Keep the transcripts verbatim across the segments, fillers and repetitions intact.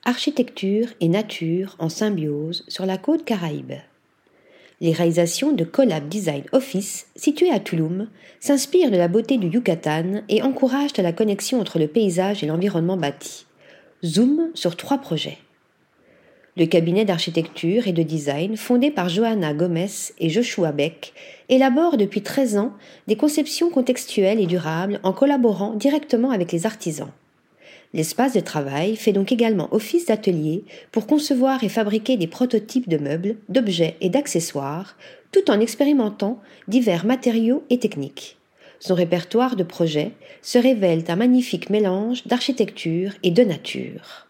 architecture et nature en symbiose sur la côte Caraïbe. Les réalisations de Collab Design Office, situé à Tulum, s'inspirent de la beauté du Yucatan et encouragent la connexion entre le paysage et l'environnement bâti. Zoom sur trois projets. Le cabinet d'architecture et de design fondé par Johanna Gomez et Joshua Beck élabore depuis treize ans des conceptions contextuelles et durables en collaborant directement avec les artisans. L'espace de travail fait donc également office d'atelier pour concevoir et fabriquer des prototypes de meubles, d'objets et d'accessoires, tout en expérimentant divers matériaux et techniques. Son répertoire de projets se révèle un magnifique mélange d'architecture et de nature.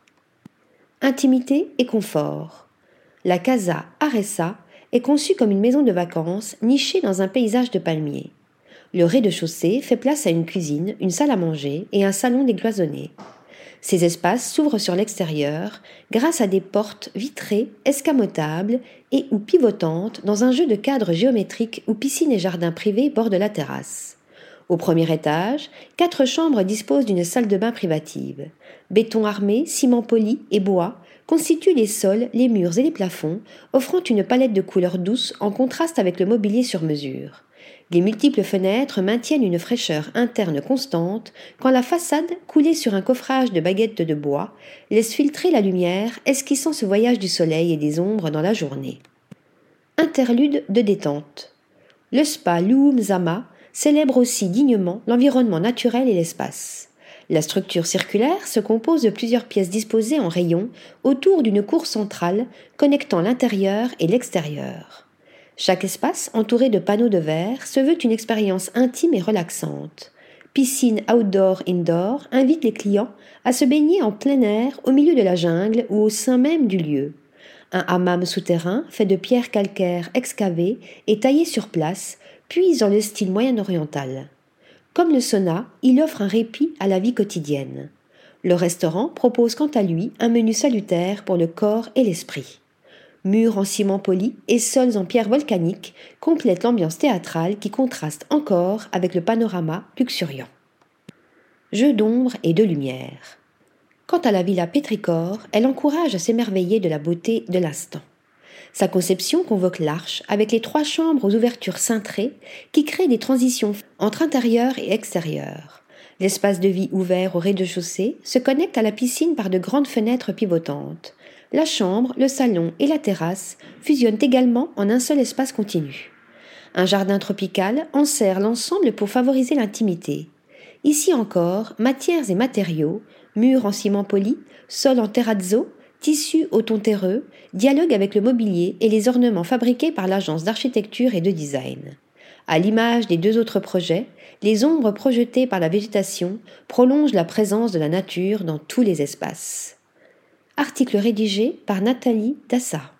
Intimité et confort. La Casa Aresa est conçue comme une maison de vacances nichée dans un paysage de palmiers. Le rez-de-chaussée fait place à une cuisine, une salle à manger et un salon décloisonné. Ces espaces s'ouvrent sur l'extérieur grâce à des portes vitrées, escamotables et ou pivotantes dans un jeu de cadres géométriques où piscine et jardin privé bordent la terrasse. Au premier étage, quatre chambres disposent d'une salle de bain privative. Béton armé, ciment poli et bois constituent les sols, les murs et les plafonds, offrant une palette de couleurs douces en contraste avec le mobilier sur mesure. Les multiples fenêtres maintiennent une fraîcheur interne constante quand la façade, coulée sur un coffrage de baguettes de bois, laisse filtrer la lumière, esquissant ce voyage du soleil et des ombres dans la journée. Interlude de détente. Le spa Luum Zama célèbre aussi dignement l'environnement naturel et l'espace. La structure circulaire se compose de plusieurs pièces disposées en rayons autour d'une cour centrale connectant l'intérieur et l'extérieur. Chaque espace, entouré de panneaux de verre, se veut une expérience intime et relaxante. Piscine outdoor-indoor invite les clients à se baigner en plein air au milieu de la jungle ou au sein même du lieu. Un hammam souterrain fait de pierres calcaires excavées et taillées sur place, puis dans le style moyen-oriental. Comme le sauna, il offre un répit à la vie quotidienne. Le restaurant propose quant à lui un menu salutaire pour le corps et l'esprit. Murs en ciment poli et sols en pierre volcanique complètent l'ambiance théâtrale qui contraste encore avec le panorama luxuriant. Jeu d'ombre et de lumière. Quant à la villa Petrichor, elle encourage à s'émerveiller de la beauté de l'instant. Sa conception convoque l'arche avec les trois chambres aux ouvertures cintrées qui créent des transitions entre intérieur et extérieur. L'espace de vie ouvert au rez-de-chaussée se connecte à la piscine par de grandes fenêtres pivotantes. La chambre, le salon et la terrasse fusionnent également en un seul espace continu. Un jardin tropical enserre l'ensemble pour favoriser l'intimité. Ici encore, matières et matériaux, murs en ciment poli, sol en terrazzo, tissus au ton terreux, dialoguent avec le mobilier et les ornements fabriqués par l'agence d'architecture et de design. À l'image des deux autres projets, les ombres projetées par la végétation prolongent la présence de la nature dans tous les espaces. Article rédigé par Nathalie Dassa.